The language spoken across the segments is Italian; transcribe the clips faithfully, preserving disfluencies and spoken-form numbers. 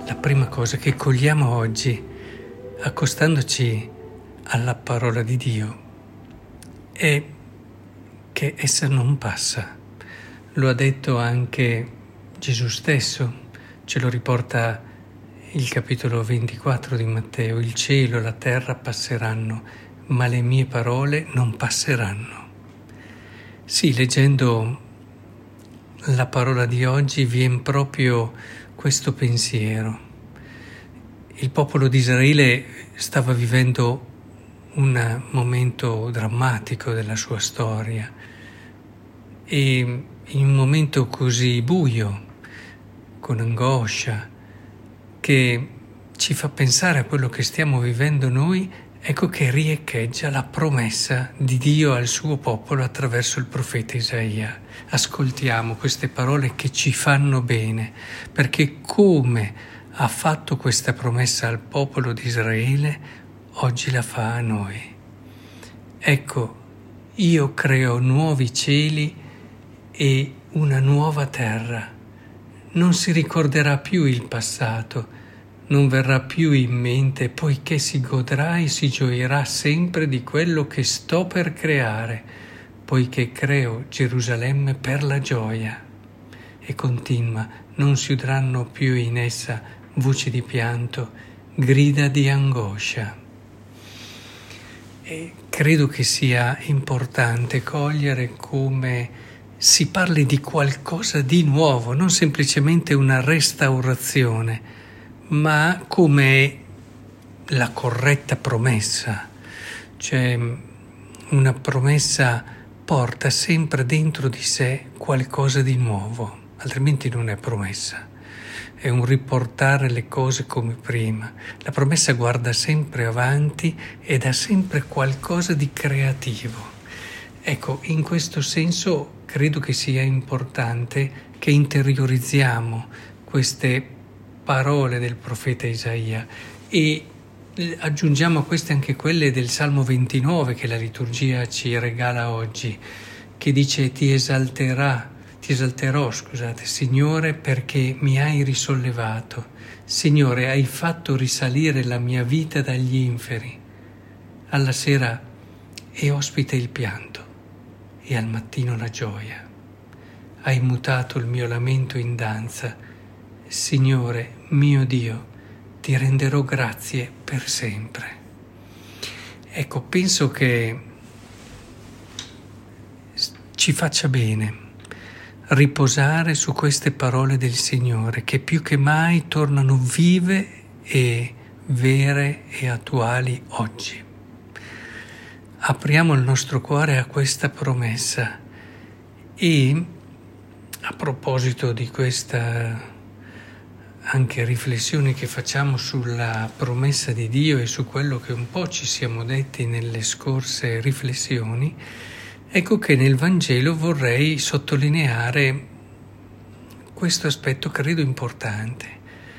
la prima cosa che cogliamo oggi, accostandoci alla parola di Dio, è che essa non passa. Lo ha detto anche Gesù stesso, ce lo riporta il capitolo ventiquattro di Matteo: il cielo e la terra passeranno, ma le mie parole non passeranno. Sì, leggendo la parola di oggi viene proprio questo pensiero. Il popolo di Israele stava vivendo un momento drammatico della sua storia e in un momento così buio, con angoscia, che ci fa pensare a quello che stiamo vivendo noi, ecco che riecheggia la promessa di Dio al suo popolo attraverso il profeta Isaia. Ascoltiamo queste parole che ci fanno bene, perché come ha fatto questa promessa al popolo di Israele, oggi la fa a noi. Ecco, io creo nuovi cieli e una nuova terra. Non si ricorderà più il passato, non verrà più in mente, poiché si godrà e si gioirà sempre di quello che sto per creare, poiché creo Gerusalemme per la gioia. E continua: non si udranno più in essa voci di pianto, grida di angoscia. E credo che sia importante cogliere come si parli di qualcosa di nuovo, non semplicemente una restaurazione, ma come la corretta promessa. Cioè, una promessa porta sempre dentro di sé qualcosa di nuovo, altrimenti non è promessa. È un riportare le cose come prima. La promessa guarda sempre avanti ed ha sempre qualcosa di creativo. Ecco, in questo senso credo che sia importante che interiorizziamo queste parole del profeta Isaia e aggiungiamo a queste anche quelle del Salmo ventinove che la liturgia ci regala oggi, che dice: ti esalterà, ti esalterò, scusate, Signore, perché mi hai risollevato. Signore, hai fatto risalire la mia vita dagli inferi. Alla sera è ospite il pianto e al mattino la gioia. Hai mutato il mio lamento in danza. Signore, mio Dio, ti renderò grazie per sempre. Ecco, penso che ci faccia bene riposare su queste parole del Signore, che più che mai tornano vive e vere e attuali oggi. Apriamo il nostro cuore a questa promessa e, a proposito di questa anche riflessioni che facciamo sulla promessa di Dio e su quello che un po' ci siamo detti nelle scorse riflessioni, ecco che nel Vangelo vorrei sottolineare questo aspetto, credo importante.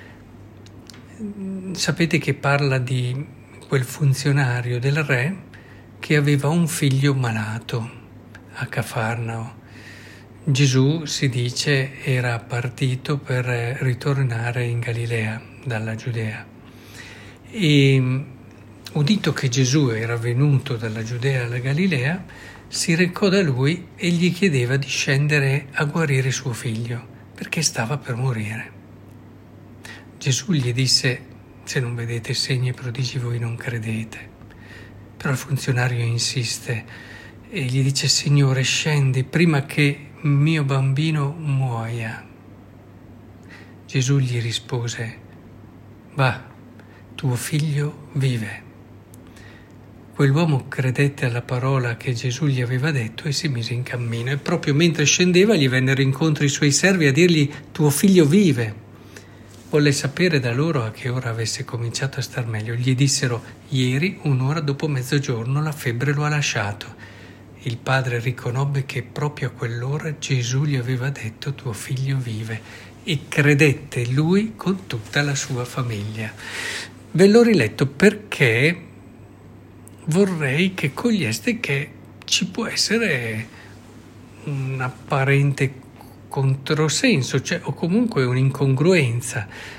Sapete che parla di quel funzionario del re che aveva un figlio malato a Cafarnao. Gesù, si dice, era partito per ritornare in Galilea dalla Giudea e, udito che Gesù era venuto dalla Giudea alla Galilea, si recò da lui e gli chiedeva di scendere a guarire suo figlio, perché stava per morire. Gesù gli disse: se non vedete segni e prodigi voi non credete. Però il funzionario insiste e gli dice: Signore, scendi prima che mio bambino muoia. Gesù gli rispose: va, tuo figlio vive. Quell'uomo credette alla parola che Gesù gli aveva detto e si mise in cammino, e proprio mentre scendeva gli vennero incontro i suoi servi a dirgli: tuo figlio vive. Volle sapere da loro a che ora avesse cominciato a star meglio. Gli dissero: ieri, un'ora dopo mezzogiorno, la febbre lo ha lasciato. Il padre riconobbe che proprio a quell'ora Gesù gli aveva detto: tuo figlio vive, e credette lui con tutta la sua famiglia. Ve l'ho riletto perché vorrei che coglieste che ci può essere un apparente controsenso, cioè, o comunque un'incongruenza.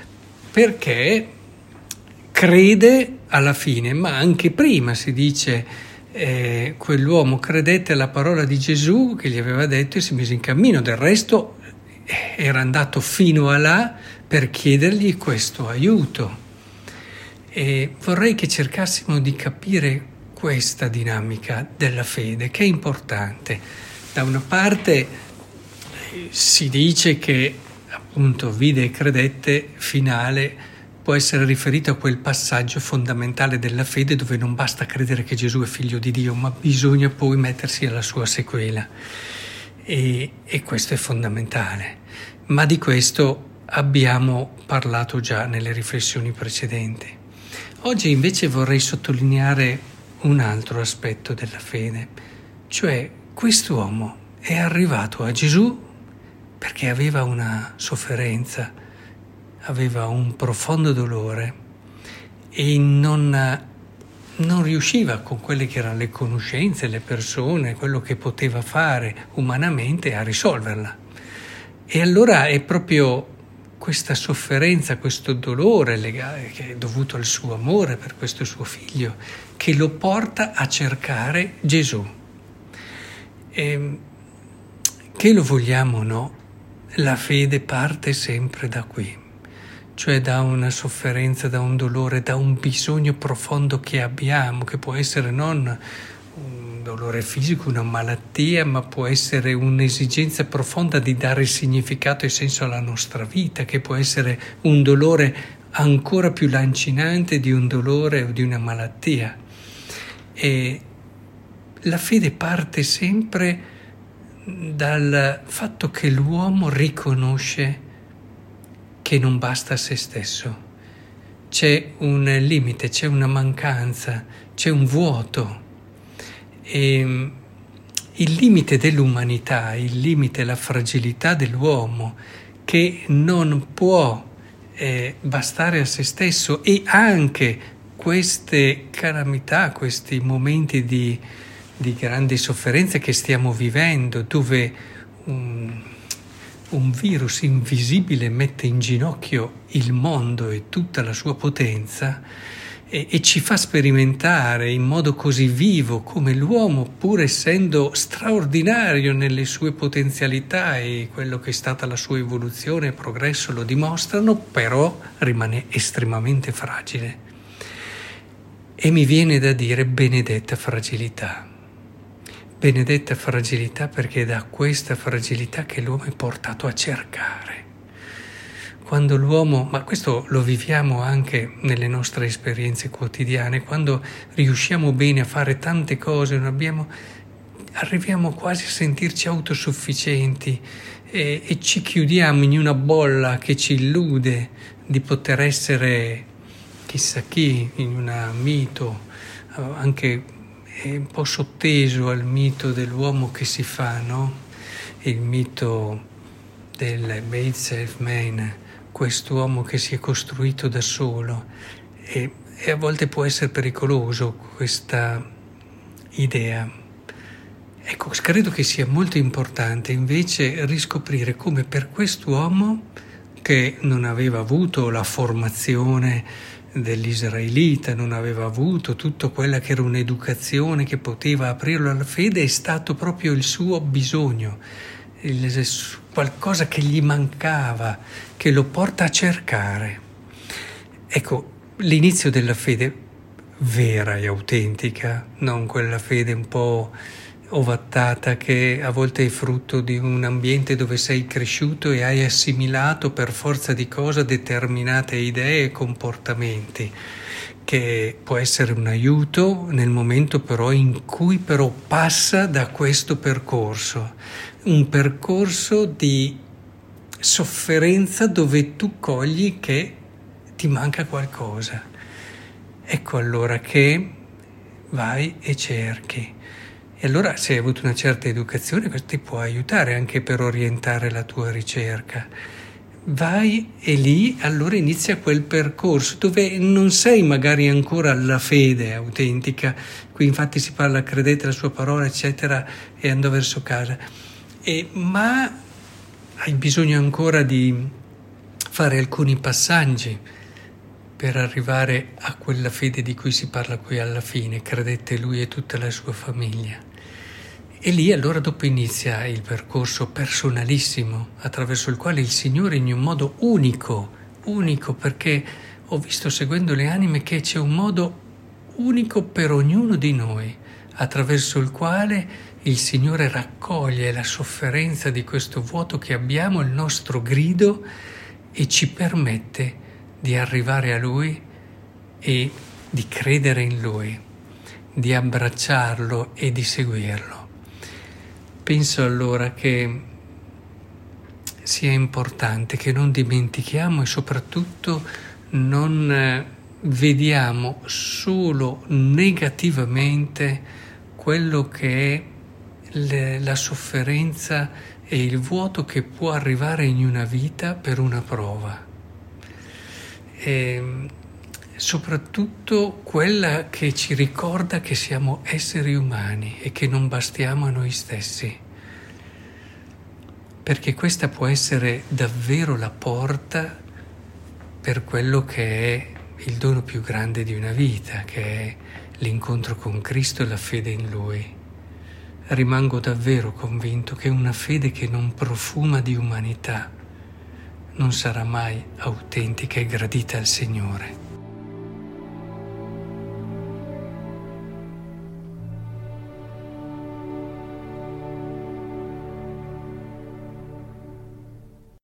perché crede alla fine, ma anche prima si dice eh, quell'uomo credette alla parola di Gesù che gli aveva detto e si mise in cammino, del resto eh, era andato fino a là per chiedergli questo aiuto. E vorrei che cercassimo di capire questa dinamica della fede, che è importante. Da una parte si dice che appunto vide e credette finale può essere riferito a quel passaggio fondamentale della fede dove non basta credere che Gesù è figlio di Dio, ma bisogna poi mettersi alla sua sequela. E, e questo è fondamentale. Ma di questo abbiamo parlato già nelle riflessioni precedenti. Oggi invece vorrei sottolineare un altro aspetto della fede, cioè quest'uomo è arrivato a Gesù perché aveva una sofferenza, aveva un profondo dolore e non, non riusciva con quelle che erano le conoscenze, le persone, quello che poteva fare umanamente a risolverla. E allora è proprio questa sofferenza, questo dolore legale, che è dovuto al suo amore per questo suo figlio, che lo porta a cercare Gesù. E, che lo vogliamo o no, la fede parte sempre da qui, cioè da una sofferenza, da un dolore, da un bisogno profondo che abbiamo, che può essere non un dolore fisico, una malattia, ma può essere un'esigenza profonda di dare significato e senso alla nostra vita, che può essere un dolore ancora più lancinante di un dolore o di una malattia. E la fede parte sempre dal fatto che l'uomo riconosce che non basta a se stesso. C'è un limite, c'è una mancanza, c'è un vuoto. E il limite dell'umanità, il limite, la fragilità dell'uomo che non può eh, bastare a se stesso, e anche queste calamità, questi momenti di, di grandi sofferenze che stiamo vivendo, dove un, un virus invisibile mette in ginocchio il mondo e tutta la sua potenza, e, e ci fa sperimentare in modo così vivo come l'uomo, pur essendo straordinario nelle sue potenzialità e quello che è stata la sua evoluzione e progresso lo dimostrano, però rimane estremamente fragile. E mi viene da dire benedetta fragilità. Benedetta fragilità, perché è da questa fragilità che l'uomo è portato a cercare. Quando l'uomo, ma questo lo viviamo anche nelle nostre esperienze quotidiane, quando riusciamo bene a fare tante cose, non abbiamo, arriviamo quasi a sentirci autosufficienti e, e ci chiudiamo in una bolla che ci illude di poter essere chissà chi, in un mito, anche un po' sotteso al mito dell'uomo che si fa, no? Il mito del made self man, quest'uomo che si è costruito da solo, e, e a volte può essere pericoloso questa idea. Ecco, credo che sia molto importante invece riscoprire come per quest'uomo, che non aveva avuto la formazione dell'israelita, non aveva avuto tutta quella che era un'educazione che poteva aprirlo alla fede, è stato proprio il suo bisogno, il, qualcosa che gli mancava, che lo porta a cercare. Ecco, l'inizio della fede vera e autentica, non quella fede un po' ovattata che a volte è frutto di un ambiente dove sei cresciuto e hai assimilato per forza di cosa determinate idee e comportamenti, che può essere un aiuto nel momento però in cui però passa da questo percorso, un percorso di sofferenza dove tu cogli che ti manca qualcosa. Ecco allora che vai e cerchi. E allora se hai avuto una certa educazione questo ti può aiutare anche per orientare la tua ricerca. Vai e lì allora inizia quel percorso dove non sei magari ancora alla fede autentica, qui infatti si parla credete alla sua parola eccetera e andò verso casa, e, ma hai bisogno ancora di fare alcuni passaggi per arrivare a quella fede di cui si parla qui alla fine. Credette lui e tutta la sua famiglia. E lì allora dopo inizia il percorso personalissimo attraverso il quale il Signore in un modo unico, unico perché ho visto seguendo le anime che c'è un modo unico per ognuno di noi, attraverso il quale il Signore raccoglie la sofferenza di questo vuoto che abbiamo, il nostro grido, e ci permette di arrivare a Lui e di credere in Lui, di abbracciarlo e di seguirlo. Penso allora che sia importante che non dimentichiamo e soprattutto non vediamo solo negativamente quello che è le, la sofferenza e il vuoto che può arrivare in una vita per una prova. E soprattutto quella che ci ricorda che siamo esseri umani e che non bastiamo a noi stessi, perché questa può essere davvero la porta per quello che è il dono più grande di una vita, che è l'incontro con Cristo e la fede in Lui. Rimango davvero convinto che una fede che non profuma di umanità non sarà mai autentica e gradita al Signore.